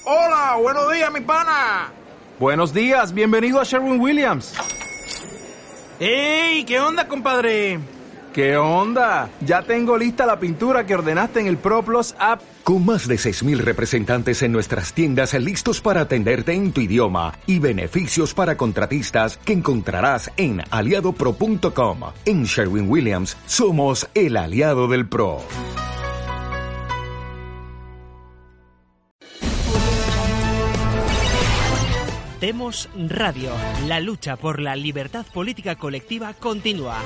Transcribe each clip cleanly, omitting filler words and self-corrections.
Hola, buenos días, mi pana. Buenos días, bienvenido a Sherwin-Williams. ¡Ey! ¿Qué onda, compadre? ¿Qué onda? Ya tengo lista la pintura que ordenaste en el ProPlus app. Con más de 6,000 representantes en nuestras tiendas listos para atenderte en tu idioma y beneficios para contratistas que encontrarás en aliadopro.com. En Sherwin-Williams somos el aliado del pro. Demos Radio. La lucha por la libertad política colectiva continúa.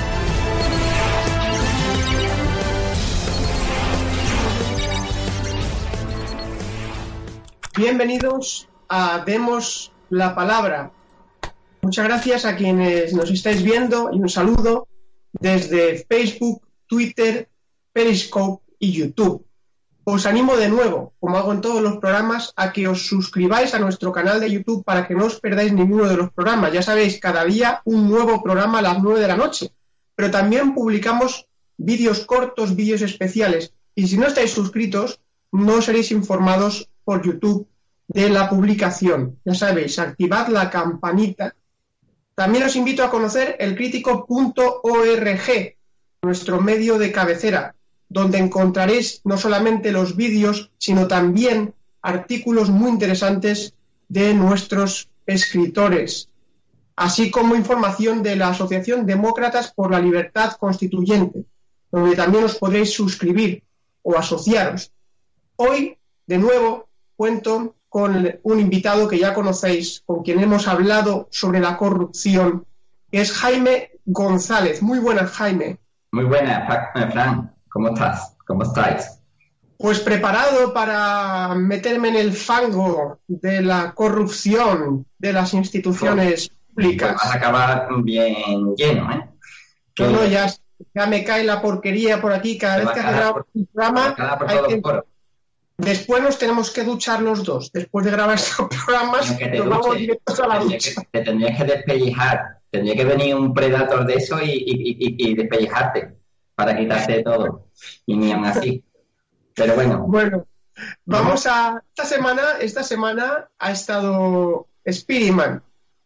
Bienvenidos a Demos la Palabra. Muchas gracias a quienes nos estáis viendo y un saludo desde Facebook, Twitter, Periscope y YouTube. Os animo de nuevo, como hago en todos los programas, a que os suscribáis a nuestro canal de YouTube para que no os perdáis ninguno de los programas. Ya sabéis, cada día un nuevo programa a las 9 de la noche. Pero también publicamos vídeos cortos, vídeos especiales. Y si no estáis suscritos, no seréis informados por YouTube de la publicación. Ya sabéis, activad la campanita. También os invito a conocer elcrítico.org, nuestro medio de cabecera, donde encontraréis no solamente los vídeos, sino también artículos muy interesantes de nuestros escritores, así como información de la Asociación Demócratas por la Libertad Constituyente, donde también os podréis suscribir o asociaros. Hoy, de nuevo, cuento con un invitado que ya conocéis, con quien hemos hablado sobre la corrupción, que es Jaime González. Muy buenas, Jaime. Muy buenas, Fran. ¿Cómo estás? ¿Cómo estáis? Pues preparado para meterme en el fango de la corrupción de las instituciones públicas. Vas a acabar bien lleno, ¿eh? No, ya me cae la porquería por aquí cada vez que grabo un programa. Después nos tenemos que duchar los dos. Después de grabar estos programas, nos vamos directos a la ducha. Te tendrías que despellejar. Tendría que venir un predator de eso y despellejarte para quitarte todo. Y ni aún así. Pero bueno. Bueno, vamos a... Esta semana ha estado Spiderman.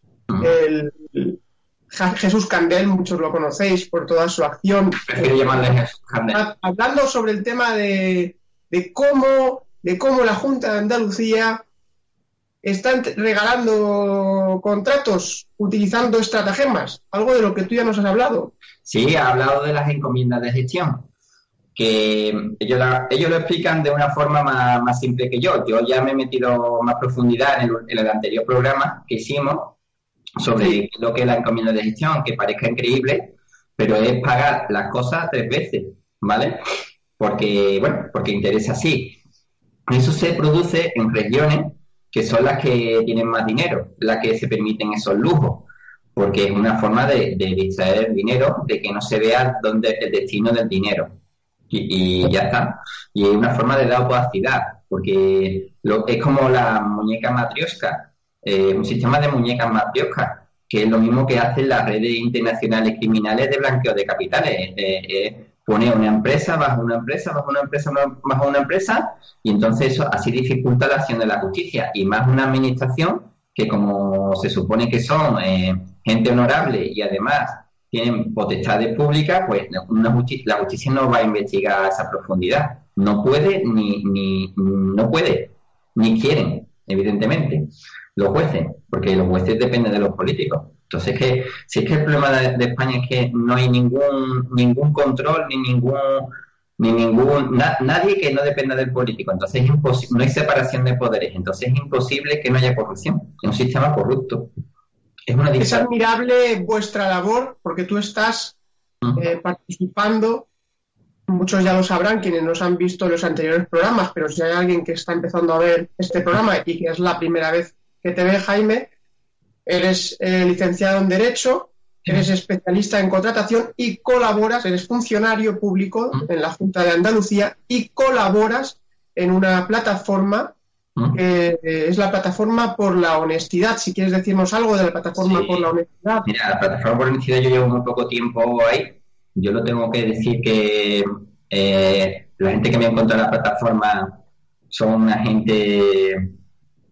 Jesús Candel, muchos lo conocéis por toda su acción. Prefiero llamarle Jesús Candel. Hablando sobre el tema de cómo la Junta de Andalucía está regalando contratos utilizando estratagemas, algo de lo que tú ya nos has hablado. Sí, ha hablado de las encomiendas de gestión, que ellos lo explican de una forma más simple que yo. Yo ya me he metido más profundidad en el anterior programa que hicimos sobre lo que es la encomienda de gestión, que parezca increíble, pero es pagar las cosas 3 veces, ¿vale? Porque interesa así. Eso se produce en regiones que son las que tienen más dinero, las que se permiten esos lujos, porque es una forma de distraer el dinero, de que no se vea dónde el destino del dinero. Y ya está. Y es una forma de dar opacidad, porque es como la muñeca matrioshka, un sistema de muñecas matrioshka, que es lo mismo que hacen las redes internacionales criminales de blanqueo de capitales. Pone una empresa bajo una empresa, bajo una empresa, bajo una empresa, y entonces eso así dificulta la acción de la justicia, y más una administración que, como se supone que son gente honorable y además tienen potestades públicas, pues la justicia no va a investigar a esa profundidad. No puede ni quieren, evidentemente, los jueces, porque los jueces dependen de los políticos. Entonces, si es que el problema de España es que no hay ningún control, nadie que no dependa del político. Entonces, no hay separación de poderes. Entonces, es imposible que no haya corrupción. Es un sistema corrupto. Es admirable vuestra labor, porque tú estás participando. Muchos ya lo sabrán, quienes nos han visto en los anteriores programas, pero si hay alguien que está empezando a ver este programa y que es la primera vez que te ve, Jaime, eres licenciado en Derecho, eres especialista en contratación y colaboras, eres funcionario público en la Junta de Andalucía y colaboras en una plataforma que es la Plataforma por la Honestidad. Si quieres decirnos algo de la Plataforma por la Honestidad. Mira, la Plataforma por la Honestidad yo llevo muy poco tiempo ahí. Yo lo tengo que decir que la gente que me encontró en la plataforma son una gente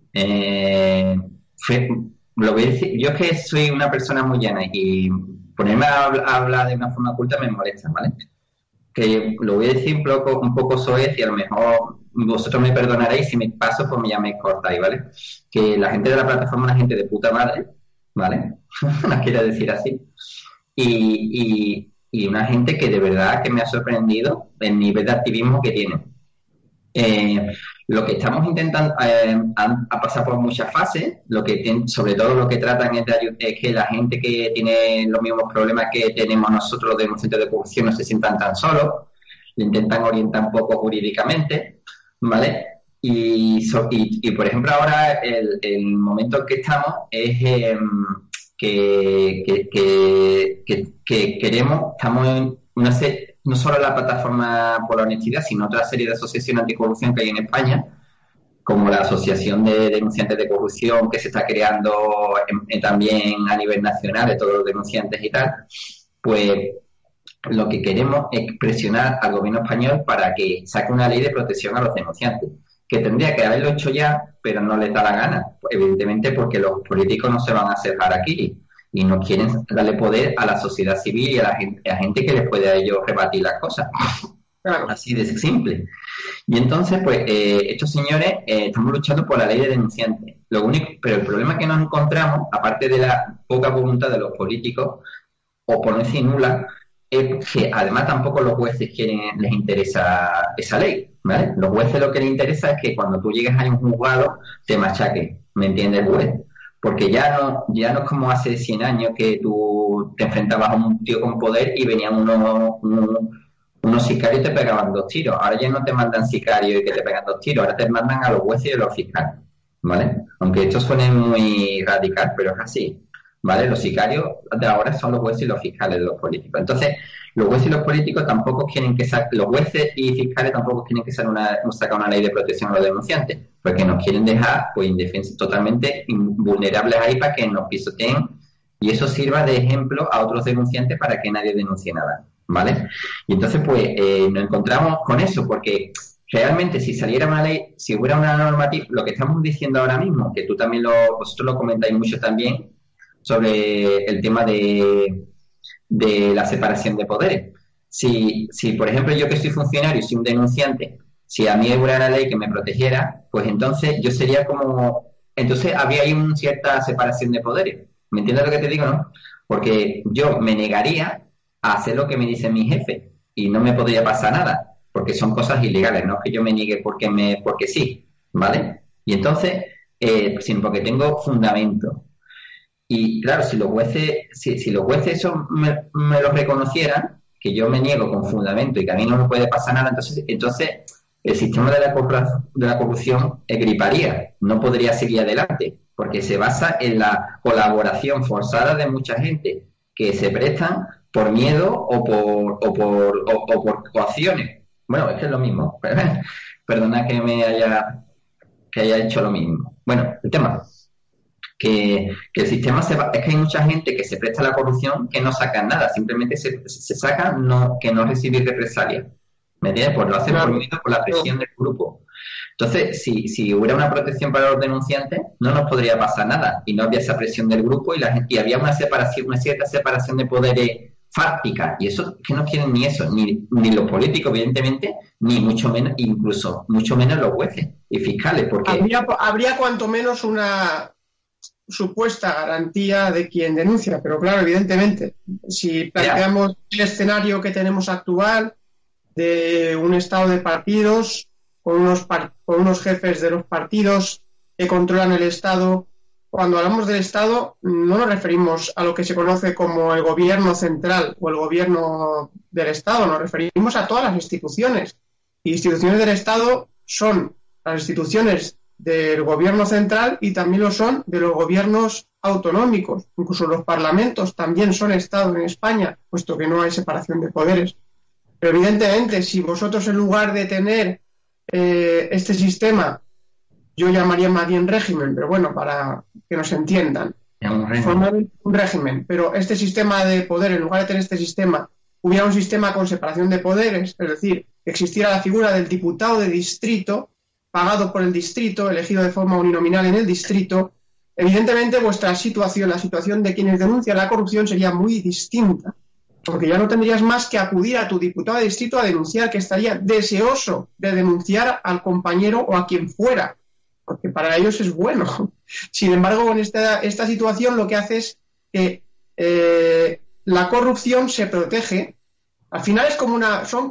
Lo voy a decir, yo es que soy una persona muy llana y ponerme a hablar de una forma oculta me molesta, ¿vale? Que lo voy a decir un poco soez y a lo mejor vosotros me perdonaréis si me paso, pues ya me cortáis, ¿vale? Que la gente de la plataforma es una gente de puta madre, ¿vale? No quiero decir así. Y una gente que de verdad que me ha sorprendido el nivel de activismo que tiene. Lo que estamos intentando ha pasado por muchas fases. Sobre todo lo que tratan es que la gente que tiene los mismos problemas que tenemos nosotros de un centro de corrupción no se sientan tan solos. Le intentan orientar un poco jurídicamente, ¿vale? Y por ejemplo ahora el momento en que estamos es que estamos en no solo la plataforma por la honestidad, sino otra serie de asociaciones anticorrupción que hay en España, como la Asociación de Denunciantes de Corrupción, que se está creando también a nivel nacional, de todos los denunciantes y tal. Pues lo que queremos es presionar al gobierno español para que saque una ley de protección a los denunciantes, que tendría que haberlo hecho ya, pero no les da la gana, evidentemente porque los políticos no se van a hacer harakiri y no quieren darle poder a la sociedad civil y a la gente que les puede a ellos rebatir las cosas. Claro. Así de simple. Y entonces, pues, estos señores estamos luchando por la ley de denunciantes. Pero el problema que nos encontramos, aparte de la poca voluntad de los políticos, o por no decir nula, es que además tampoco los jueces les interesa esa ley, ¿vale? Los jueces lo que les interesa es que cuando tú llegues a un juzgado te machaquen, ¿me entiende el juez? Porque ya no es como hace 100 años que tú te enfrentabas a un tío con poder y venían unos sicarios y te pegaban 2 tiros. Ahora ya no te mandan sicarios y que te pegan 2 tiros, ahora te mandan a los jueces y a los fiscales, ¿vale? Aunque esto suene muy radical, pero es así, ¿vale? Los sicarios de ahora son los jueces y los fiscales de los políticos. Entonces, los jueces y los políticos tampoco quieren los jueces y fiscales tampoco quieren que sacar una ley de protección a los denunciantes, porque nos quieren dejar pues indefensos, totalmente vulnerables ahí para que nos pisoteen y eso sirva de ejemplo a otros denunciantes para que nadie denuncie nada, ¿vale? Y entonces pues nos encontramos con eso, porque realmente si saliera una ley, si hubiera una normativa, lo que estamos diciendo ahora mismo, que tú también vosotros lo comentáis mucho también, sobre el tema de la separación de poderes. Si por ejemplo yo que soy funcionario y soy un denunciante, si a mí hubiera una ley que me protegiera, pues entonces yo sería entonces habría ahí una cierta separación de poderes. ¿Me entiendes lo que te digo, no? Porque yo me negaría a hacer lo que me dice mi jefe y no me podría pasar nada, porque son cosas ilegales, no es que yo me niegue porque sí, ¿vale? Y entonces, sino porque tengo fundamento. Y claro, si los jueces eso me lo reconocieran, que yo me niego con fundamento y que a mí no me puede pasar nada, entonces el sistema de la corrupción griparía, no podría seguir adelante, porque se basa en la colaboración forzada de mucha gente que se prestan por miedo o por coacciones. Bueno, es que es lo mismo. Perdona que haya hecho lo mismo. Bueno, el tema que el sistema es que hay mucha gente que se presta a la corrupción que no sacan nada, simplemente se sacan que no recibir represalias, ¿me entiendes? Pues lo hacen por miedo, por la presión del grupo. Entonces, si hubiera una protección para los denunciantes, no nos podría pasar nada y no había esa presión del grupo y había una cierta separación de poderes fáctica, y eso que no quieren ni eso, ni los políticos evidentemente, ni mucho menos, incluso mucho menos los jueces y fiscales, porque habría cuanto menos una supuesta garantía de quien denuncia, pero claro, evidentemente, si planteamos el escenario que tenemos actual de un estado de partidos con unos jefes de los partidos que controlan el Estado, cuando hablamos del Estado no nos referimos a lo que se conoce como el gobierno central o el gobierno del Estado, nos referimos a todas las instituciones. Y instituciones del Estado son las instituciones del gobierno central y también lo son de los gobiernos autonómicos. Incluso los parlamentos también son Estado en España, puesto que no hay separación de poderes. Pero evidentemente, si vosotros en lugar de tener este sistema, yo llamaría más bien régimen, pero bueno, para que nos entiendan, formar un régimen, pero este sistema de poder, en lugar de tener este sistema, hubiera un sistema con separación de poderes, es decir, que existiera la figura del diputado de distrito, pagado por el distrito, elegido de forma uninominal en el distrito, evidentemente vuestra situación, la situación de quienes denuncian la corrupción sería muy distinta, porque ya no tendrías más que acudir a tu diputado de distrito a denunciar, que estaría deseoso de denunciar al compañero o a quien fuera, porque para ellos es bueno. Sin embargo, en esta situación lo que hace es que la corrupción se protege. Al final es como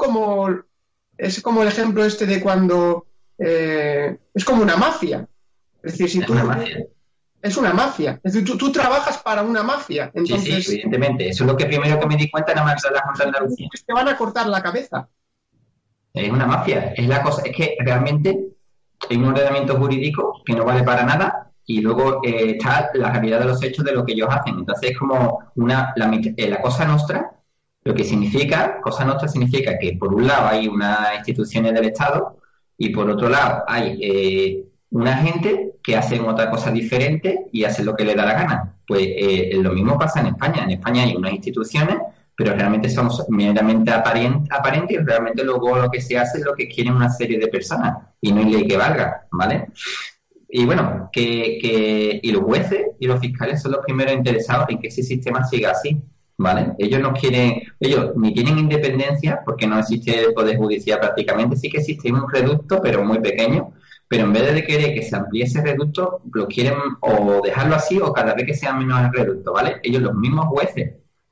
el ejemplo este de cuando es como una mafia. Es decir, si tú... Es una mafia. Es decir, tú trabajas para una mafia. Entonces, sí, evidentemente. Eso es lo que primero que me di cuenta nada más de la Junta de Andalucía. Te van a cortar la cabeza. Es una mafia. Es la cosa. Es que realmente hay un ordenamiento jurídico que no vale para nada y luego está la realidad de los hechos de lo que ellos hacen. Entonces es como la cosa nostra. Lo que significa, cosa nostra significa que por un lado hay unas instituciones del Estado y por otro lado hay una gente que hacen otra cosa diferente y hacen lo que les da la gana. Pues lo mismo pasa en España. En España hay unas instituciones, pero realmente son meramente aparentes y realmente luego lo que se hace es lo que quieren una serie de personas y no hay ley que valga, ¿vale? Y bueno, y los jueces y los fiscales son los primeros interesados en que ese sistema siga así, ¿vale? Ellos ni tienen independencia porque no existe el Poder Judicial prácticamente, sí que existe un reducto, pero muy pequeño. Pero en vez de querer que se amplíe ese reducto, lo quieren o dejarlo así o cada vez que sea menos el reducto, ¿vale? Ellos, los mismos jueces,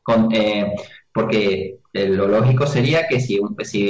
porque lo lógico sería que si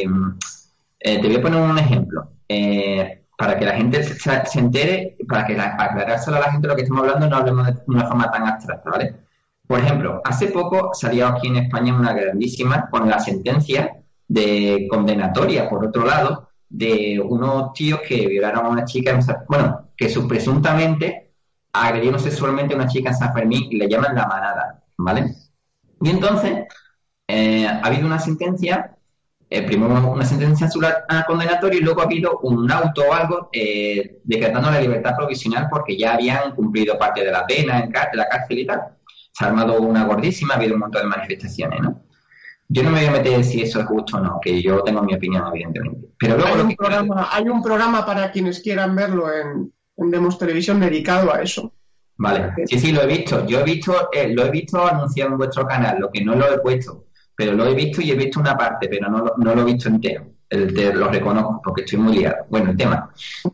te voy a poner un ejemplo, para que la gente se entere, para aclarárselo a la gente lo que estamos hablando, no hablemos de una forma tan abstracta, ¿vale? Por ejemplo, hace poco salió aquí en España una grandísima con la sentencia de condenatoria, por otro lado, de unos tíos que violaron a una chica, que presuntamente agredieron sexualmente a una chica en San Fermín y le llaman la manada, ¿vale? Y entonces ha habido una sentencia, primero una sentencia condenatoria y luego ha habido un auto o algo decretando la libertad provisional porque ya habían cumplido parte de la pena en la cárcel y tal. Se ha armado una gordísima, ha habido un montón de manifestaciones, ¿no? Yo no me voy a meter si eso es justo o no, que yo tengo mi opinión, evidentemente. Pero luego hay un programa para quienes quieran verlo en Demos Televisión dedicado a eso. Vale, sí, lo he visto. Yo lo he visto anunciado en vuestro canal, lo que no lo he puesto. Pero lo he visto y he visto una parte, pero no lo he visto entero. Lo reconozco porque estoy muy liado. Bueno, el tema.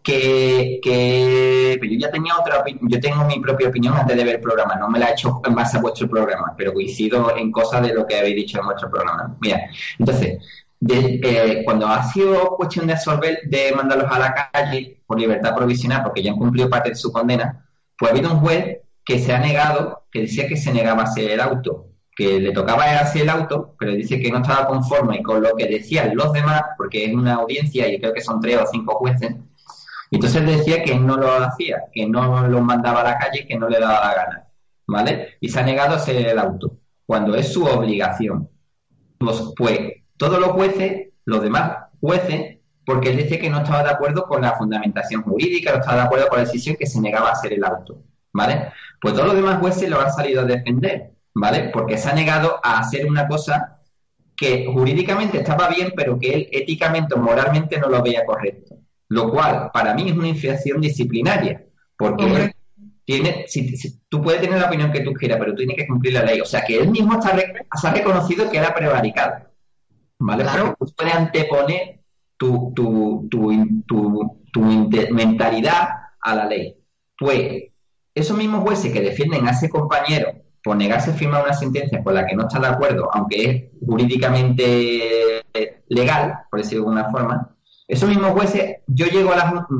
Pero yo ya tenía yo tengo mi propia opinión antes de ver el programa. No me la he hecho en base a vuestro programa, pero coincido en cosas de lo que habéis dicho en vuestro programa. Mira, entonces, cuando ha sido cuestión de mandarlos a la calle por libertad provisional, porque ya han cumplido parte de su condena, pues ha habido un juez que se ha negado, que decía que se negaba a hacer el auto, que le tocaba hacer el auto, pero dice que no estaba conforme con lo que decían los demás, porque es una audiencia y creo que son 3 o 5 jueces, y entonces decía que no lo hacía, que no los mandaba a la calle, que no le daba la gana, ¿vale? Y se ha negado a hacer el auto, cuando es su obligación. Pues todos los jueces, los demás jueces, porque él dice que no estaba de acuerdo con la fundamentación jurídica, no estaba de acuerdo con la decisión, que se negaba a hacer el auto, ¿vale? Pues todos los demás jueces lo han salido a defender, ¿vale? Porque se ha negado a hacer una cosa que jurídicamente estaba bien, pero que él éticamente o moralmente no lo veía correcto. Lo cual, para mí, es una infracción disciplinaria. Porque tú puedes tener la opinión que tú quieras, pero tú tienes que cumplir la ley. O sea, que él mismo se ha reconocido que era prevaricado, ¿vale? Claro. Porque tú puedes anteponer tu mentalidad a la ley. Pues, esos mismos jueces que defienden a ese compañero por negarse a firmar una sentencia con la que no está de acuerdo, aunque es jurídicamente legal, por decirlo de alguna forma, esos mismos jueces, yo llego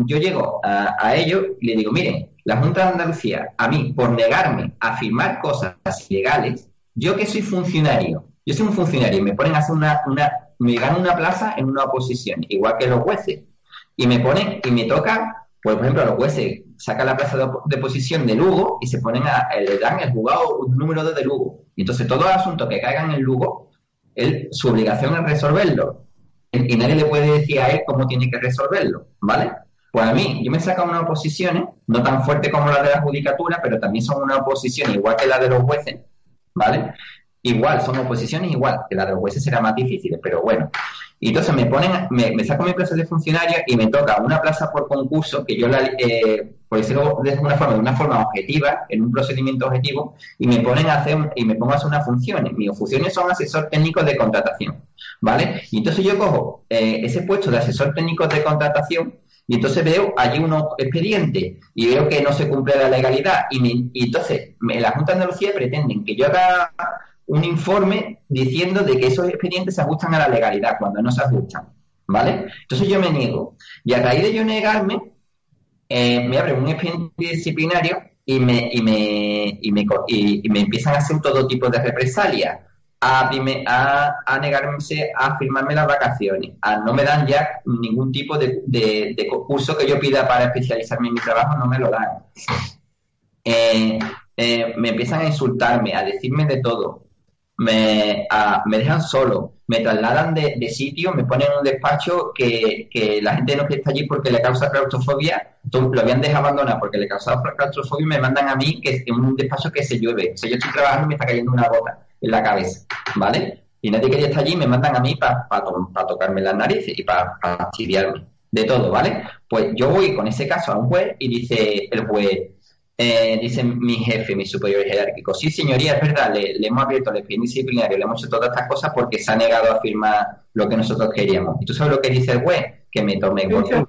a ellos y le digo, miren, la Junta de Andalucía, a mí, por negarme a firmar cosas ilegales, yo que soy funcionario, yo soy un funcionario y me ponen a hacer me gano una plaza en una oposición, igual que los jueces, y me toca, pues, por ejemplo, a los jueces sacan la plaza de oposición de Lugo y se ponen le dan el juzgado número 2 de Lugo. Y entonces todos los asuntos que caigan en Lugo, su obligación es resolverlo. Y nadie le puede decir a él cómo tiene que resolverlo, ¿vale? Pues a mí, yo me he sacado unas oposiciones, no tan fuertes como las de la judicatura, pero también son una oposición igual que la de los jueces, ¿vale? Igual, son oposiciones igual, que la de los jueces será más difícil, pero bueno. Y entonces me saco mi plaza de funcionario y me toca una plaza por concurso que yo por decirlo de una forma objetiva, en un procedimiento objetivo, y me pongo a hacer unas funciones. Mis funciones son asesor técnico de contratación, ¿vale? Y entonces yo cojo ese puesto de asesor técnico de contratación y entonces veo allí unos expedientes y veo que no se cumple la legalidad y entonces la Junta de Andalucía pretenden que yo haga un informe diciendo de que esos expedientes se ajustan a la legalidad cuando no se ajustan, ¿vale? Entonces yo me niego. Y a raíz de yo negarme, me abren un expediente disciplinario y me empiezan a hacer todo tipo de represalias, a negarse a firmarme las vacaciones, no me dan ya ningún tipo de curso que yo pida para especializarme en mi trabajo, no me lo dan. Me empiezan a insultarme, a decirme de todo. Me dejan solo, me trasladan de sitio, me ponen en un despacho que la gente no quiere estar allí porque le causa claustrofobia, lo habían dejado abandonar porque le causaba claustrofobia y me mandan a mí que en un despacho que se llueve. O sea, yo estoy trabajando y me está cayendo una gota en la cabeza, ¿vale? Y nadie quería estar allí y me mandan a mí para tocarme las narices y para fastidiarme de todo, ¿vale? Pues yo voy con ese caso a un juez y dice el juez, dice mi jefe, mi superior jerárquico, sí señoría, es verdad, le hemos abierto el expediente disciplinario, le hemos hecho todas estas cosas porque se ha negado a firmar lo que nosotros queríamos. ¿Y tú sabes lo que dice el juez? Que me tome por culo.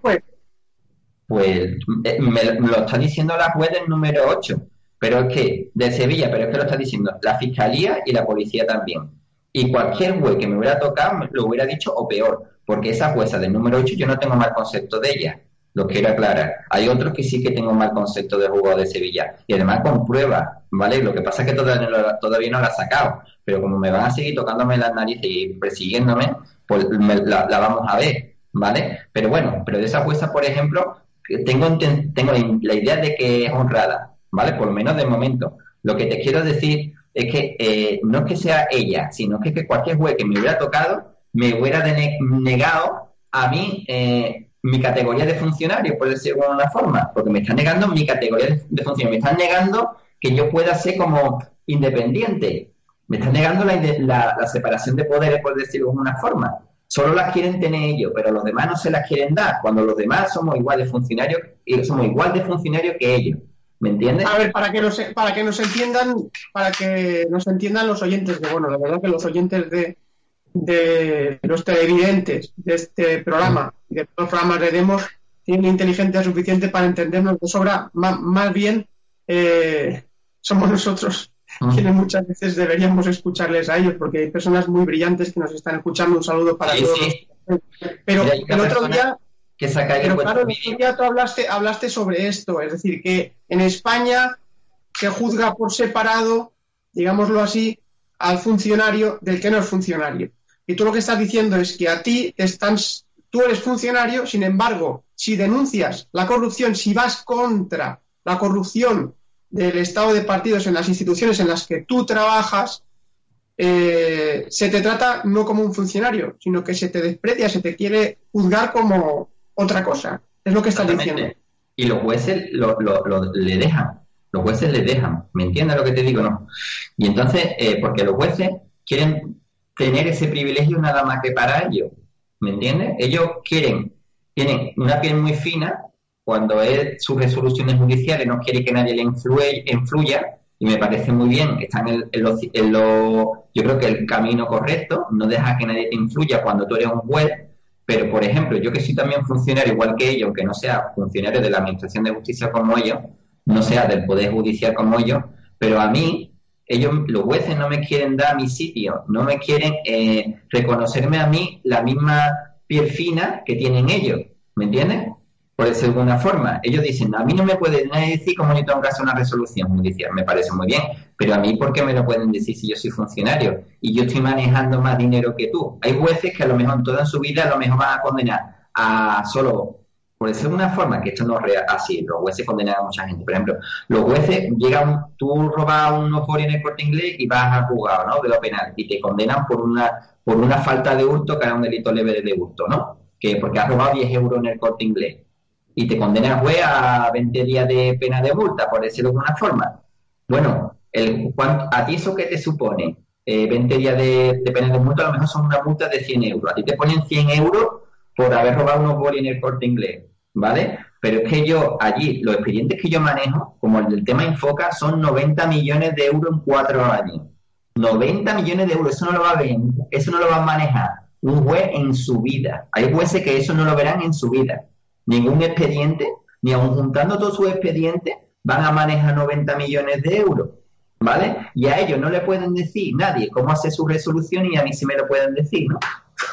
Pues me lo está diciendo la juez del número 8, pero es que, de Sevilla, pero es que lo está diciendo la Fiscalía y la Policía también. Y cualquier juez que me hubiera tocado lo hubiera dicho o peor, porque esa jueza del número 8 yo no tengo mal concepto de ella. Lo quiero aclarar. Hay otros que sí que tengo mal concepto del juzgado de Sevilla. Y además con pruebas, ¿vale? Lo que pasa es que todavía no la ha sacado. Pero como me van a seguir tocándome las narices y persiguiéndome, pues la vamos a ver, ¿vale? Pero bueno, pero de esa jueza, por ejemplo, tengo la idea de que es honrada, ¿vale? Por lo menos de momento. Lo que te quiero decir es que no es que sea ella, sino que cualquier juez que me hubiera tocado me hubiera negado a mí mi categoría de funcionario, por decirlo de alguna forma, porque me están negando mi categoría de funcionario, me están negando que yo pueda ser como independiente, me están negando la separación de poderes, por decirlo de alguna forma. Solo las quieren tener ellos, pero los demás no se las quieren dar, cuando los demás somos igual de funcionarios que ellos. ¿Me entiendes? A ver, para que nos entiendan los oyentes de, bueno, la verdad que los oyentes de los televidentes de este programa y de todos los programas de Demos tienen inteligencia suficiente para entendernos de sobra, más bien somos nosotros quienes muchas veces deberíamos escucharles a ellos, porque hay personas muy brillantes que nos están escuchando. Un saludo para todos. Sí. Pero el otro día tú hablaste sobre esto, es decir, que en España se juzga por separado, digámoslo así, al funcionario del que no es funcionario. Y tú lo que estás diciendo es que a ti tú eres funcionario, sin embargo, si denuncias la corrupción, si vas contra la corrupción del estado de partidos en las instituciones en las que tú trabajas, se te trata no como un funcionario, sino que se te desprecia, se te quiere juzgar como otra cosa. Es lo que estás diciendo. Y los jueces le dejan. Los jueces le dejan. ¿Me entiendes lo que te digo? No. Y entonces, porque los jueces quieren tener ese privilegio nada más que para ellos. ¿Me entiendes? Ellos tienen una piel muy fina cuando es sus resoluciones judiciales, no quiere que nadie le influya, y me parece muy bien, están yo creo que el camino correcto, no deja que nadie te influya cuando tú eres un juez, pero por ejemplo, yo que soy también funcionario igual que ellos, aunque no sea funcionario de la Administración de Justicia como ellos, no sea del Poder Judicial como ellos, pero a mí, los jueces no me quieren dar mi sitio, no me quieren reconocerme a mí la misma piel fina que tienen ellos, ¿me entiendes? Por decirlo de alguna forma, ellos dicen, a mí no me pueden decir cómo yo tengo que hacer una resolución judicial, me parece muy bien, pero a mí, ¿por qué me lo pueden decir si yo soy funcionario y yo estoy manejando más dinero que tú? Hay jueces que a lo mejor toda su vida a lo mejor van a condenar a solo, por decirlo de alguna forma, que esto no es real, así, los jueces condenan a mucha gente. Por ejemplo, los jueces tú robas unos folios en el Corte Inglés y vas al juzgado, ¿no?, de lo penal, y te condenan por una falta de hurto, que era un delito leve de hurto, ¿no?, que porque has robado 10 euros en el Corte Inglés. Y te condena el juez a 20 días de pena de multa, por decirlo de alguna forma. Bueno, ¿a ti eso qué te supone? 20 días de pena de multa, a lo mejor son una multa de 100 euros. A ti te ponen 100 euros por haber robado unos bolis en el Corte Inglés, ¿vale? Pero es que yo allí, los expedientes que yo manejo, como el del tema Infoca, son 90 millones de euros en 4 años. 90 millones de euros, eso no lo va a ver, eso no lo va a manejar un juez en su vida. Hay jueces que eso no lo verán en su vida. Ningún expediente, ni aun juntando todos sus expedientes, van a manejar 90 millones de euros, ¿vale? Y a ellos no le pueden decir nadie cómo hacer su resolución y a mí sí me lo pueden decir, ¿no?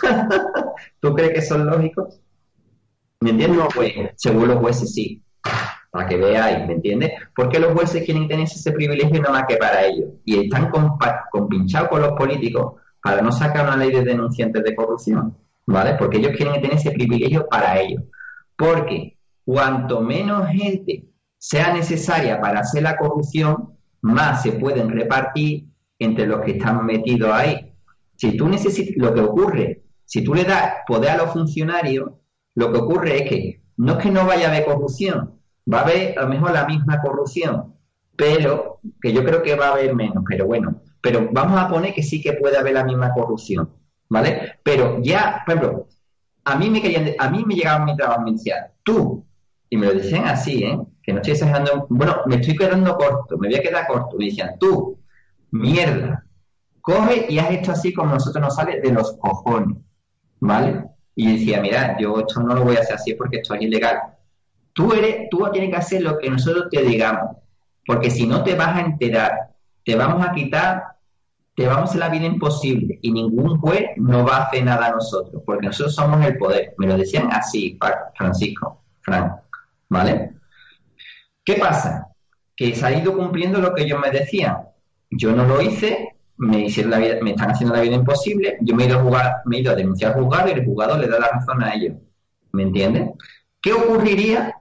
¿Tú crees que son lógicos? ¿Me entiendes? No, pues, según los jueces sí, para que veáis, ¿me entiendes? Porque los jueces quieren tener ese privilegio nada más que para ellos y están compinchados con los políticos para no sacar una ley de denunciantes de corrupción, ¿vale? Porque ellos quieren tener ese privilegio para ellos. Porque cuanto menos gente sea necesaria para hacer la corrupción, más se pueden repartir entre los que están metidos ahí. Si tú necesitas, lo que ocurre, si tú le das poder a los funcionarios, lo que ocurre es que no vaya a haber corrupción, va a haber a lo mejor la misma corrupción, pero que yo creo que va a haber menos, pero bueno, pero vamos a poner que sí que puede haber la misma corrupción, ¿vale? Pero ya, por ejemplo, a mí me llegaba mi trabajo y me decían, tú, y me lo decían así, que no estoy exagerando, bueno, me estoy quedando corto, me voy a quedar corto, me decían, tú, mierda, coge y haz esto así como nosotros nos sale de los cojones, ¿vale? Y yo decía, mira, yo esto no lo voy a hacer así porque esto es ilegal. Tú tienes que hacer lo que nosotros te digamos, porque si no te vas a enterar, te vamos a quitar, te vamos a hacer la vida imposible y ningún juez no va a hacer nada a nosotros, porque nosotros somos el poder. Me lo decían así, Frank, ¿vale? ¿Qué pasa? Que se ha ido cumpliendo lo que ellos me decían. Yo no lo hice, me están haciendo la vida imposible, yo me he ido a denunciar al juzgado y el juzgado le da la razón a ellos. ¿Me entiendes? ¿Qué ocurriría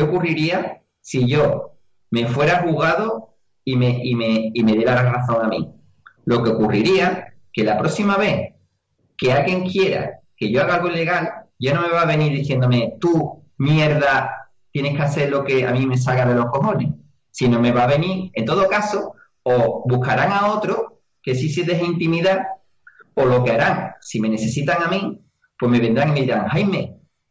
si yo me fuera al juzgado y me diera la razón a mí? Lo que ocurriría que la próxima vez que alguien quiera que yo haga algo ilegal, ya no me va a venir diciéndome, tú, mierda, tienes que hacer lo que a mí me salga de los cojones, sino me va a venir, en todo caso, o buscarán a otro que sí se deje intimidar, o lo que harán, si me necesitan a mí, pues me vendrán y me dirán, Jaime,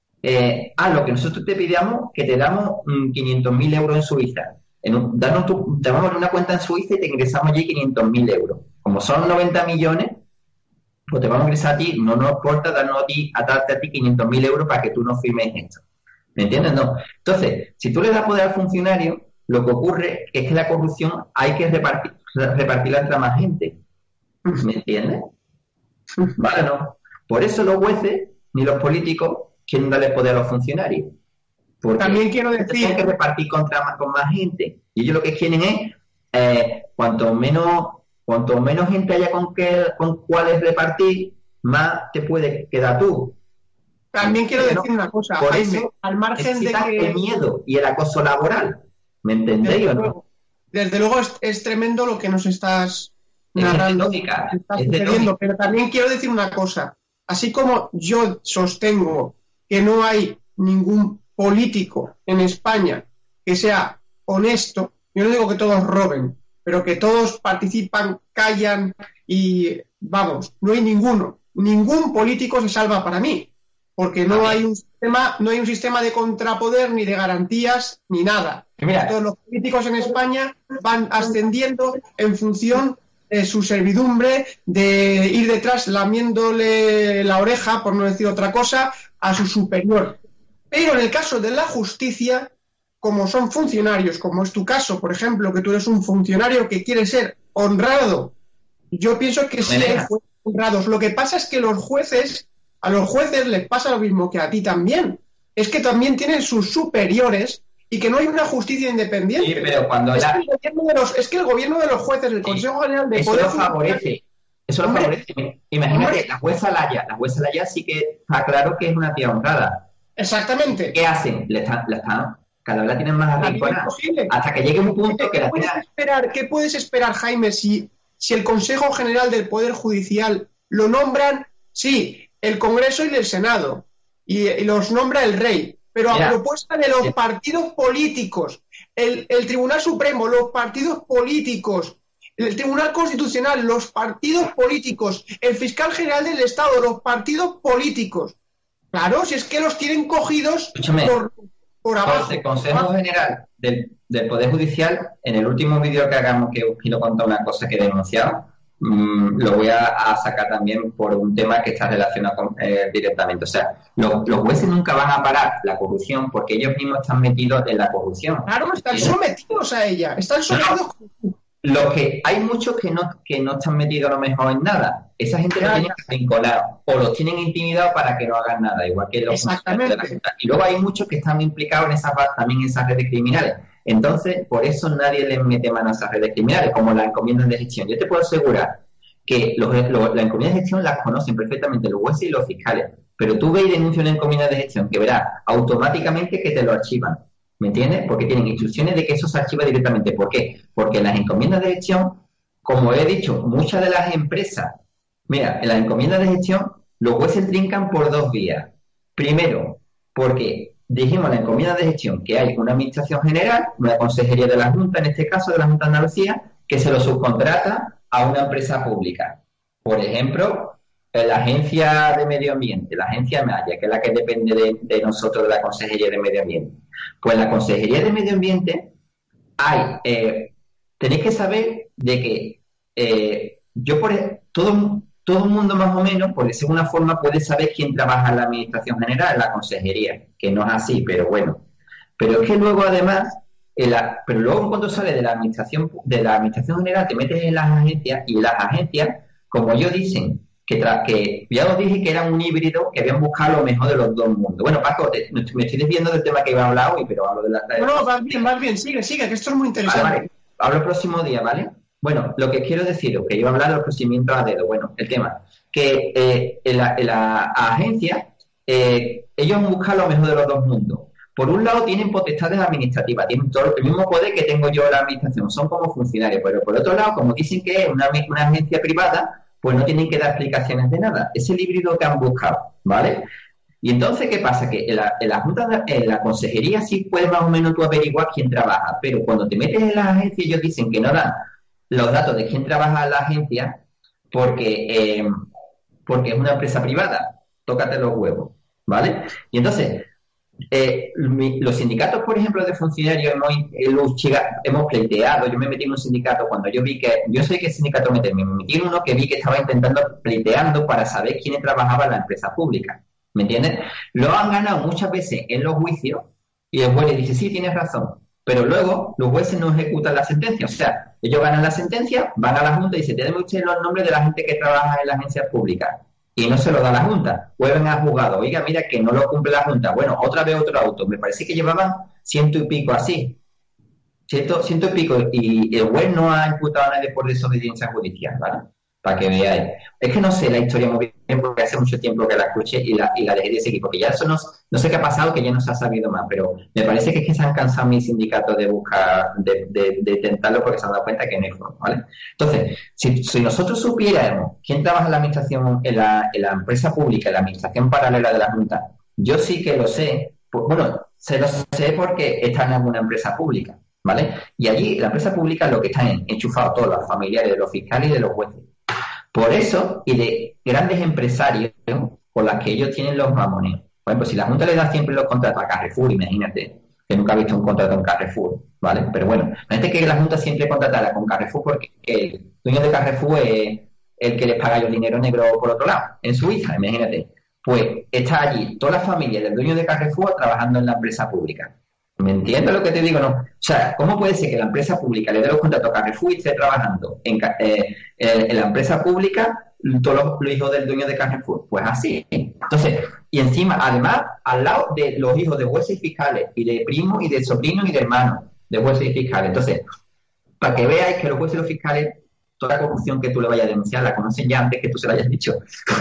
lo que nosotros te pidamos, que te damos 500.000 euros en Suiza. Te vamos a una cuenta en Suiza y te ingresamos allí 500.000 euros. Como son 90 millones, pues te vamos a ingresar a ti, no nos importa darte a ti 500.000 euros para que tú no firmes esto. ¿Me entiendes? No. Entonces, si tú le das poder al funcionario, lo que ocurre es que la corrupción hay que repartirla entre más gente. ¿Me entiendes? Vale, no. Por eso los jueces ni los políticos quieren darle poder a los funcionarios. Porque también quiero decir, tienen que repartir con más gente. Y ellos lo que quieren es, cuanto menos gente haya con cuáles repartir, más te puedes quedar tú. También quiero decir una cosa, por Jaime, eso, al margen de que... el miedo y el acoso laboral. ¿Me entendéis o no? Desde luego es tremendo lo que nos estás narrando, pero también quiero decir una cosa. Así como yo sostengo que no hay ningún político en España que sea honesto, yo no digo que todos roben, pero que todos participan, callan y, vamos, no hay ningún político se salva para mí, porque no hay un sistema de contrapoder ni de garantías ni nada. Mira, todos los políticos en España van ascendiendo en función de su servidumbre, de ir detrás lamiéndole la oreja, por no decir otra cosa, a su superior. Pero en el caso de la justicia, como son funcionarios, como es tu caso, por ejemplo, que tú eres un funcionario que quiere ser honrado, yo pienso que sí hay jueces honrados. Lo que pasa es que a los jueces les pasa lo mismo que a ti también. Es que también tienen sus superiores y que no hay una justicia independiente. Sí, pero cuando es que el gobierno de los jueces, el Consejo General de Poder Judicial... Eso lo favorece. Imagínate, la jueza Laya sí que está claro que es una tía honrada. Exactamente. ¿Qué hacen? Cada vez la tienen más arrinconada. Hasta que llegue un punto que la tienen... ¿Qué puedes esperar, Jaime, si el Consejo General del Poder Judicial lo nombran, sí, el Congreso y el Senado, y los nombra el rey, pero a propuesta de los partidos políticos, el Tribunal Supremo, los partidos políticos el Tribunal Constitucional, los partidos políticos, el fiscal general del Estado, los partidos políticos. Claro, si es que los tienen cogidos por abajo. El Consejo General del Poder Judicial, en el último vídeo que hagamos, que os quiero contar una cosa que he denunciado, lo voy a sacar también por un tema que está relacionado directamente. O sea, los jueces nunca van a parar la corrupción porque ellos mismos están metidos en la corrupción. Claro, están sometidos a ella, están sometidos. Lo que hay muchos que no están metidos a lo mejor en nada. Esa gente los tienen vinculados o los tienen intimidados para que no hagan nada, igual que los funcionarios de la Junta. Y luego hay muchos que están implicados también en esas redes criminales. Entonces, por eso nadie les mete mano a esas redes criminales, como las encomiendas de gestión. Yo te puedo asegurar que las encomiendas de gestión las conocen perfectamente los jueces y los fiscales, pero tú ves y denuncias una encomienda de gestión que verás automáticamente que te lo archivan. ¿Me entiendes? Porque tienen instrucciones de que eso se archiva directamente. ¿Por qué? Porque en las encomiendas de gestión, como he dicho, muchas de las empresas, mira, en las encomiendas de gestión, los jueces trincan por 2 vías. Primero, porque dijimos en la encomienda de gestión que hay una administración general, una consejería de la Junta, en este caso de la Junta de Andalucía, que se lo subcontrata a una empresa pública. Por ejemplo, la Agencia de Medio Ambiente, la Agencia Maya, que es la que depende de nosotros, de la Consejería de Medio Ambiente. Pues la Consejería de Medio Ambiente tenéis que saber de que todo el mundo más o menos, por decir una forma, puede saber quién trabaja en la Administración General, en la Consejería, que no es así, pero bueno. Pero es que luego además, pero luego cuando sales de la Administración General te metes en las agencias, y las agencias, como ellos dicen, que ya os dije que era un híbrido, que habían buscado lo mejor de los dos mundos. Bueno, Paco, me estoy desviando del tema que iba a hablar hoy, pero hablo de la... No, más bien, sigue, que esto es muy interesante. Vale. Hablo el próximo día, ¿vale? Bueno, lo que quiero deciros, que iba a hablar de los procedimientos a dedo. Bueno, el tema, que en la agencia, ellos han buscado lo mejor de los dos mundos. Por un lado tienen potestades administrativas, tienen todo el mismo poder que tengo yo en la administración, son como funcionarios, pero por otro lado, como dicen que es una agencia privada, pues no tienen que dar explicaciones de nada. Es el híbrido que han buscado, ¿vale? Y entonces, ¿qué pasa? Que en la Junta, en la consejería sí puedes más o menos tú averiguar quién trabaja, pero cuando te metes en las agencias ellos dicen que no dan los datos de quién trabaja en la agencia porque es una empresa privada. Tócate los huevos, ¿vale? Y entonces, los sindicatos, por ejemplo, de funcionarios hemos pleiteado. Yo me metí en un sindicato cuando yo vi que... Yo sé qué sindicato meterme. Me metí en uno que vi que estaba pleiteando para saber quién trabajaba en la empresa pública. ¿Me entiendes? Lo han ganado muchas veces en los juicios y el juez le dice, sí, tienes razón. Pero luego los jueces no ejecutan la sentencia. O sea, ellos ganan la sentencia, van a la Junta y dicen, tenemos usted los nombres de la gente que trabaja en las agencias públicas. Y no se lo da la Junta. Vuelven al juzgado. Oiga, mira que no lo cumple la Junta. Bueno, otra vez otro auto. Me parece que llevaban 100 y pico así. 100 y pico. Y el juez no ha imputado a nadie por desobediencia judicial, ¿vale? Para que veáis. Es que no sé la historia muy bien porque hace mucho tiempo que la escuché y la dejé de seguir. Porque ya eso no sé qué ha pasado, que ya no se ha sabido más. Pero me parece que es que se han cansado mis sindicatos de buscar, de intentarlo porque se han dado cuenta que no hay forma, ¿vale? Entonces, si nosotros supiéramos quién trabaja en la administración, en la empresa pública, en la administración paralela de la Junta, yo sí que lo sé. Bueno, se lo sé porque está en alguna empresa pública, ¿vale? Y allí, la empresa pública, lo que están enchufados todos los familiares de los fiscales y de los jueces. Por eso, y de grandes empresarios por las que ellos tienen los mamoneos. Por ejemplo, si la Junta le da siempre los contratos a Carrefour, imagínate, que nunca ha visto un contrato en Carrefour, ¿vale? Pero bueno, imagínate que la Junta siempre contratara con Carrefour porque el dueño de Carrefour es el que les paga el dinero negro por otro lado, en Suiza, imagínate. Pues está allí toda la familia del dueño de Carrefour trabajando en la empresa pública. ¿Me entiendes lo que te digo? No. O sea, ¿cómo puede ser que la empresa pública le dé los contratos a Carrefour y esté trabajando en la empresa pública todos los hijos del dueño de Carrefour? Pues así. Entonces, y encima, además, al lado de los hijos de jueces y fiscales, y de primos, y de sobrinos, y de hermanos de jueces y fiscales. Entonces, para que veáis que los jueces y los fiscales, toda la corrupción que tú le vayas a denunciar, la conocen ya antes que tú se la hayas dicho.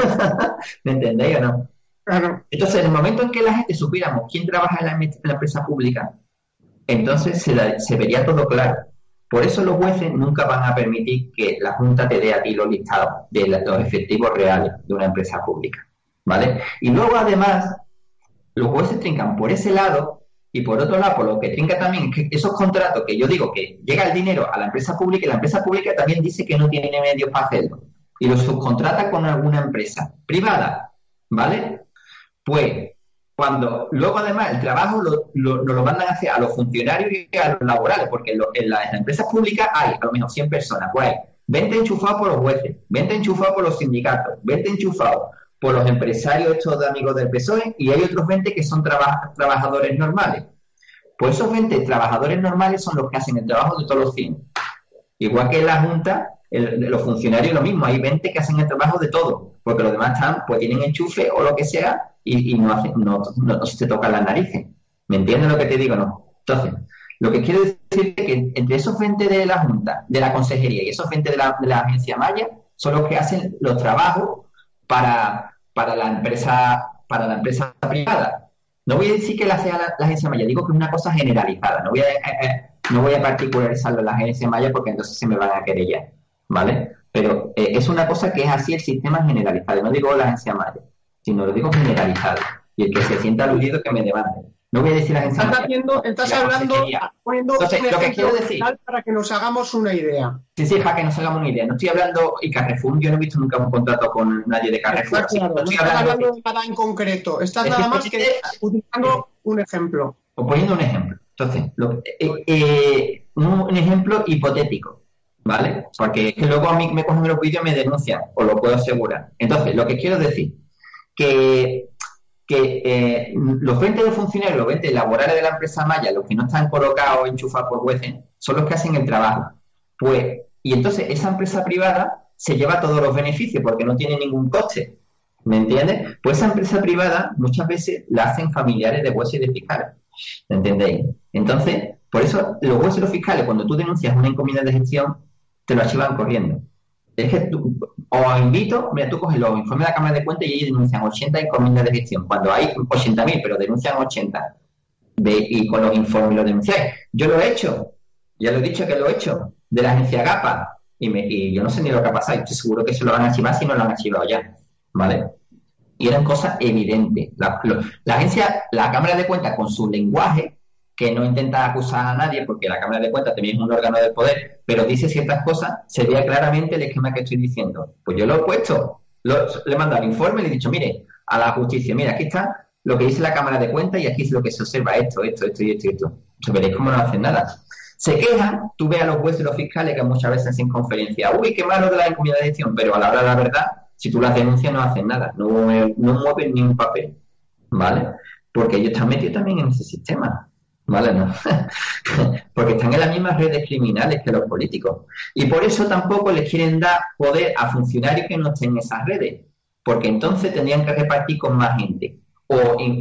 ¿Me entendéis o no? Claro. Entonces, en el momento en que la gente supiéramos quién trabaja en la empresa pública, entonces se vería todo claro. Por eso los jueces nunca van a permitir que la Junta te dé a ti los listados de los efectivos reales de una empresa pública, ¿vale? Y luego, además, los jueces trincan por ese lado Y por otro lado, por lo que trinca también, que esos contratos que yo digo que llega el dinero a la empresa pública y la empresa pública también dice que no tiene medios para hacerlo. Y lo subcontrata con alguna empresa privada, ¿vale? Pues cuando luego además el trabajo lo mandan a hacer a los funcionarios y a los laborales, porque en las empresas públicas hay a lo mejor 100 personas, pues hay 20 enchufados por los jueces, 20 enchufados por los sindicatos, 20 enchufados por los empresarios estos de amigos del PSOE y hay otros 20 que son trabajadores normales. Pues esos 20 trabajadores normales son los que hacen el trabajo de todos los 100. Igual que en la Junta, los funcionarios lo mismo, hay 20 que hacen el trabajo de todo, porque los demás pues tienen enchufe o lo que sea y no se te tocan las narices. ¿Me entiendes lo que te digo? No. Entonces, lo que quiero decir es que entre esos 20 de la Junta, de la Consejería y esos 20 de la Agencia Maya, son los que hacen los trabajos para la empresa privada. No voy a decir que la sea la Agencia Maya, digo que es una cosa generalizada. No voy a particularizarlo en la Agencia Maya porque entonces se me van a querellar, ¿vale? Pero es una cosa que es así el sistema generalizado. No digo la Agencia Maya, sino lo digo generalizado. Y el que se sienta aludido que me demande. No voy a decir la Agencia Maya. Estás hablando, poniendo entonces, un ejemplo para que nos hagamos una idea. Sí, para que nos hagamos una idea. No estoy hablando, y Carrefour, yo no he visto nunca un contrato con nadie de Carrefour. Claro, no estoy hablando de nada en concreto. Estás nada más que utilizando un ejemplo. O poniendo un ejemplo. Entonces, un ejemplo hipotético, ¿vale? Porque es que luego a mí me cogen los vídeos y me denuncian, os lo puedo asegurar. Entonces, lo que quiero decir, que los 20 de funcionarios, los 20 laborales de la empresa Maya, los que no están colocados o enchufados por jueces, son los que hacen el trabajo. Pues, y entonces esa empresa privada se lleva todos los beneficios porque no tiene ningún coste. ¿Me entiendes? Pues esa empresa privada muchas veces la hacen familiares de jueces y de fiscales. ¿Me entendéis? Entonces, por eso los jueces y los fiscales, cuando tú denuncias una encomienda de gestión, te lo archivan corriendo. Es que os invito, mira, tú coges los informes de la Cámara de Cuentas y ellos denuncian 80 encomiendas de gestión, cuando hay 80.000, pero denuncian 80. Y con los informes lo denunciáis. Yo lo he hecho, ya lo he dicho que lo he hecho, de la agencia GAPA, y yo no sé ni lo que ha pasado, estoy seguro que se lo van a archivar si no lo han archivado ya, ¿vale? Y eran cosas evidentes. La Cámara de Cuentas, con su lenguaje, que no intenta acusar a nadie, porque la Cámara de Cuentas también es un órgano del poder, pero dice ciertas cosas, se vea claramente el esquema que estoy diciendo. Pues yo lo he puesto, le he mandado el informe y le he dicho, mire, a la justicia, mira, aquí está lo que dice la Cámara de Cuentas y aquí es lo que se observa esto. Se veréis cómo no hacen nada. Se quejan, tú ves a los jueces y los fiscales que muchas veces hacen conferencia, uy, qué malo de la encomienda de gestión, pero a la hora de la verdad, si tú las denuncias no hacen nada, no mueven ni un papel, ¿vale? Porque ellos están metidos también en ese sistema. ¿Vale? No. Porque están en las mismas redes criminales que los políticos. Y por eso tampoco les quieren dar poder a funcionarios que no estén en esas redes. Porque entonces tendrían que repartir con más gente. O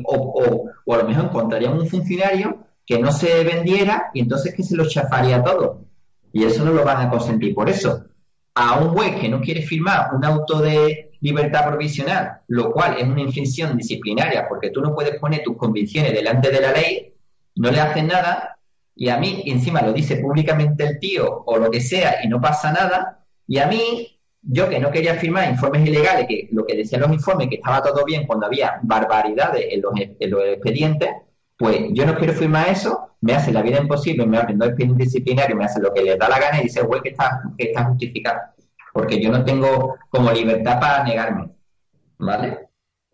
a lo mejor encontrarían un funcionario que no se vendiera y entonces que se lo chafaría todo. Y eso no lo van a consentir. Por eso, a un juez que no quiere firmar un auto de libertad provisional, lo cual es una infracción disciplinaria, porque tú no puedes poner tus convicciones delante de la ley, no le hacen nada, y a mí, y encima lo dice públicamente el tío o lo que sea, y no pasa nada, y a mí, yo que no quería firmar informes ilegales, que lo que decían los informes, que estaba todo bien cuando había barbaridades en los expedientes, pues yo no quiero firmar eso, me hace la vida imposible, me abren dos expedientes disciplinarios, me hace lo que les da la gana y dice, güey, que está justificado, porque yo no tengo como libertad para negarme, ¿vale?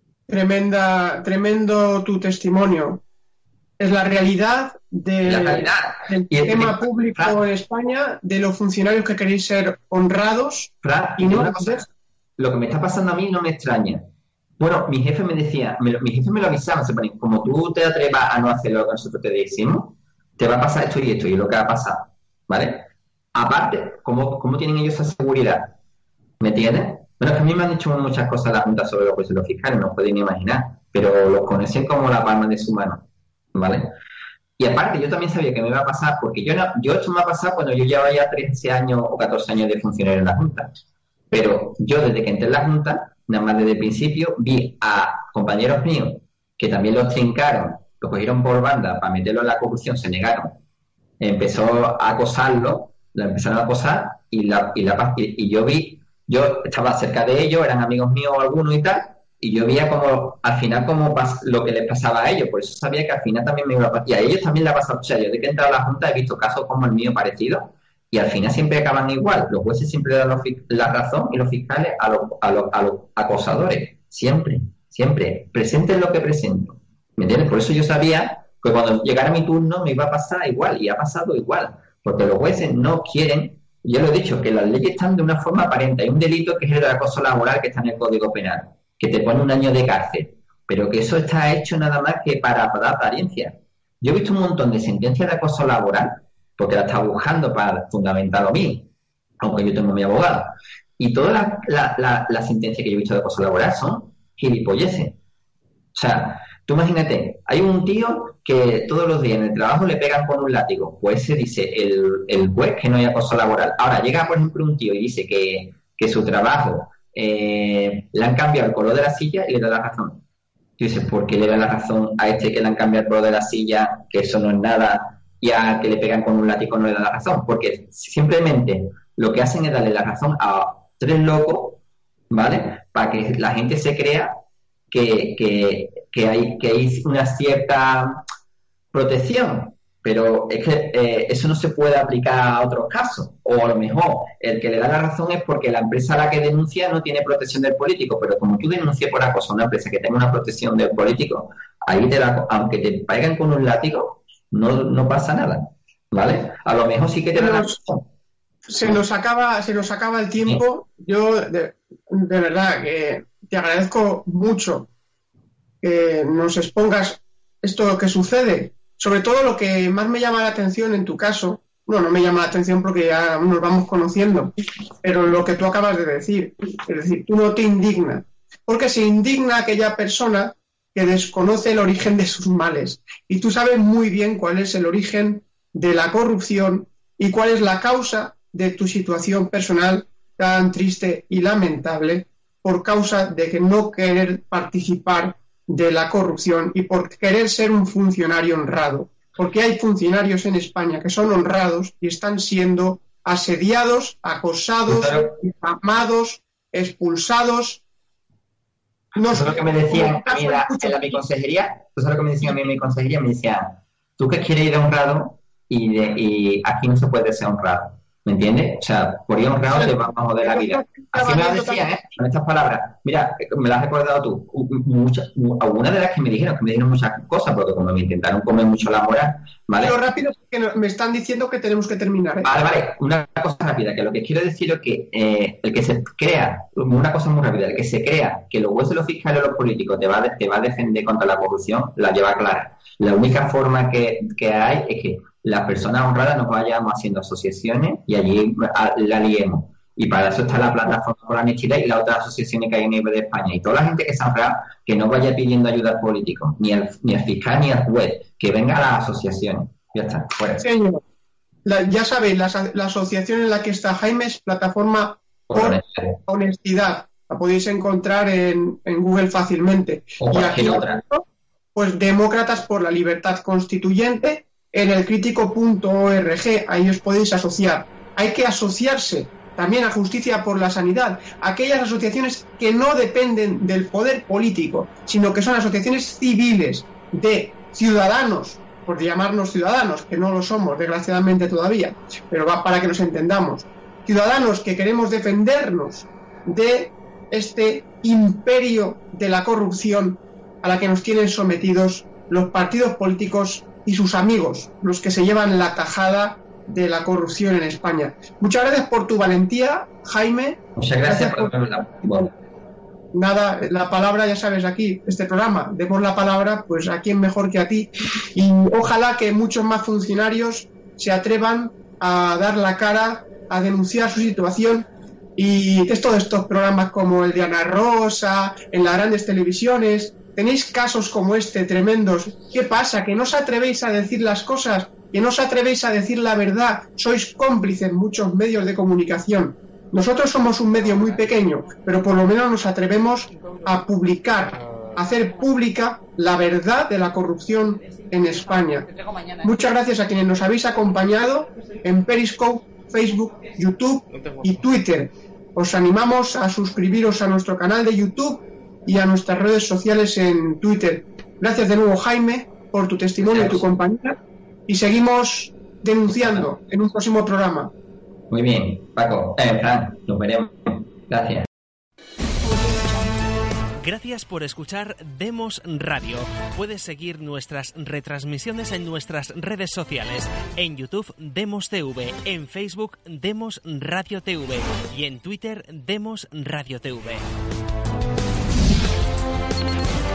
Tremendo tu testimonio. Es la realidad del sistema público en España, de los funcionarios que queréis ser honrados. Y no, lo que me está pasando a mí no me extraña. Bueno, mi jefe me decía, mi jefe me lo avisaba, se pone, como tú te atrevas a no hacer lo que nosotros te decimos, te va a pasar esto y es lo que ha pasado, ¿vale? Aparte, ¿cómo tienen ellos esa seguridad? ¿Me entiendes? Bueno, es que a mí me han dicho muchas cosas la Junta sobre los jueces y los fiscales, no os podéis ni imaginar, pero los conocen como la palma de su mano, ¿vale? Y aparte, yo también sabía que me iba a pasar, porque yo esto me ha pasado cuando yo llevaba ya 13 años o 14 años de funcionario en la Junta. Pero yo, desde que entré en la Junta, nada más desde el principio, vi a compañeros míos que también los trincaron, los cogieron por banda para meterlo en la corrupción, se negaron. Empezó a acosarlo, lo empezaron a acosar y yo estaba cerca de ellos, eran amigos míos algunos y tal, y yo veía como al final lo que les pasaba a ellos, por eso sabía que al final también me iba a pasar, y a ellos también le ha pasado. O sea, yo de que he entrado a la Junta he visto casos como el mío parecido, y al final siempre acaban igual. Los jueces siempre dan la razón y los fiscales a los acosadores. Siempre. Presenten lo que presento. ¿Me entiendes? Por eso yo sabía que cuando llegara mi turno me iba a pasar igual, y ha pasado igual. Porque los jueces no quieren, yo lo he dicho, que las leyes están de una forma aparente. Hay un delito que es el de acoso laboral que está en el Código Penal, que te pone 1 año de cárcel. Pero que eso está hecho nada más que para dar apariencia. Yo he visto un montón de sentencias de acoso laboral, porque la estaba buscando para fundamentar lo mío, aunque yo tengo mi abogado. Y todas las sentencias que yo he visto de acoso laboral son gilipolleces. O sea, tú imagínate, hay un tío que todos los días en el trabajo le pegan con un látigo. Pues se dice el juez que no hay acoso laboral. Ahora llega, por ejemplo, un tío y dice que su trabajo le han cambiado el color de la silla y le da la razón. Tú dices, ¿por qué le da la razón a este que le han cambiado el color de la silla, que eso no es nada, y a que le pegan con un látigo no le da la razón? Porque simplemente lo que hacen es darle la razón a 3 locos, ¿vale? Para que la gente se crea que hay una cierta protección, pero es que eso no se puede aplicar a otros casos. O a lo mejor el que le da la razón es porque la empresa a la que denuncia no tiene protección del político, pero como tú denuncias por acoso a una empresa que tenga una protección del político, ahí aunque te peguen con un látigo, no pasa nada, ¿vale? A lo mejor sí que te da la razón. Se nos acaba el tiempo. Sí. Yo de verdad que te agradezco mucho que nos expongas esto que sucede. Sobre todo lo que más me llama la atención en tu caso, no me llama la atención porque ya nos vamos conociendo, pero lo que tú acabas de decir, es decir, tú no te indignas, porque se indigna aquella persona que desconoce el origen de sus males. Y tú sabes muy bien cuál es el origen de la corrupción y cuál es la causa de tu situación personal tan triste y lamentable por causa de que no querer participar de la corrupción y por querer ser un funcionario honrado. Porque hay funcionarios en España que son honrados y están siendo asediados, acosados, difamados, expulsados. No sé lo que me decían a mí en mi consejería. ¿Tú sabes lo que me decían a mí en mi consejería? Me decían, tú que quieres ir de honrado y aquí no se puede ser honrado. ¿Me entiendes? O sea, por ir honrado te vamos a joder la vida. Así me lo decían, con estas palabras. Mira, me las has recordado tú. Algunas de las que me dijeron muchas cosas, porque como me intentaron comer mucho la moral, ¿vale? Pero rápido, porque me están diciendo que tenemos que terminar, ¿eh? Vale. Una cosa rápida, que lo que quiero decir es que el que se crea, una cosa muy rápida, el que se crea que los jueces, los fiscales o los políticos te va a defender contra la corrupción, la lleva clara. La única forma que hay es que las personas honradas nos vayamos haciendo asociaciones y allí la liemos. Y para eso está la plataforma por la honestidad y las otras asociaciones que hay a nivel de España. Y toda la gente que se honra, que no vaya pidiendo ayuda al político, ni al fiscal ni al juez, que venga a las asociaciones. Ya está, fuera. Señor, ya sabéis, la asociación en la que está Jaime es Plataforma por Honestidad. La podéis encontrar en Google fácilmente. O y aquí otra. Pues Demócratas por la Libertad Constituyente en elcrítico.org. Ahí os podéis asociar. Hay que asociarse también a Justicia por la Sanidad, aquellas asociaciones que no dependen del poder político, sino que son asociaciones civiles de ciudadanos, por llamarnos ciudadanos, que no lo somos, desgraciadamente todavía, pero va para que nos entendamos. Ciudadanos que queremos defendernos de este imperio de la corrupción a la que nos tienen sometidos los partidos políticos y sus amigos, los que se llevan la tajada de la corrupción en España. Muchas gracias por tu valentía, Jaime. Muchas gracias por Nada, la palabra, ya sabes, aquí, este programa, demos la palabra, pues a quién mejor que a ti. Y ojalá que muchos más funcionarios se atrevan a dar la cara, a denunciar su situación. Y esto de estos programas como el de Ana Rosa, en las grandes televisiones, tenéis casos como este tremendos. ¿Qué pasa? ¿Que no os atrevéis a decir las cosas? ¿Que no os atrevéis a decir la verdad? Sois cómplices muchos medios de comunicación. Nosotros somos un medio muy pequeño, pero por lo menos nos atrevemos a publicar, a hacer pública la verdad de la corrupción en España. Muchas gracias a quienes nos habéis acompañado en Periscope, Facebook, YouTube y Twitter. Os animamos a suscribiros a nuestro canal de YouTube y a nuestras redes sociales en Twitter. Gracias de nuevo, Jaime, por tu testimonio y tu compañía, y seguimos denunciando en un próximo programa. Muy bien, Paco, Fran, nos veremos. Gracias. Gracias por escuchar Demos Radio. Puedes seguir nuestras retransmisiones en nuestras redes sociales. En YouTube, Demos TV. En Facebook, Demos Radio TV. Y en Twitter, Demos Radio TV.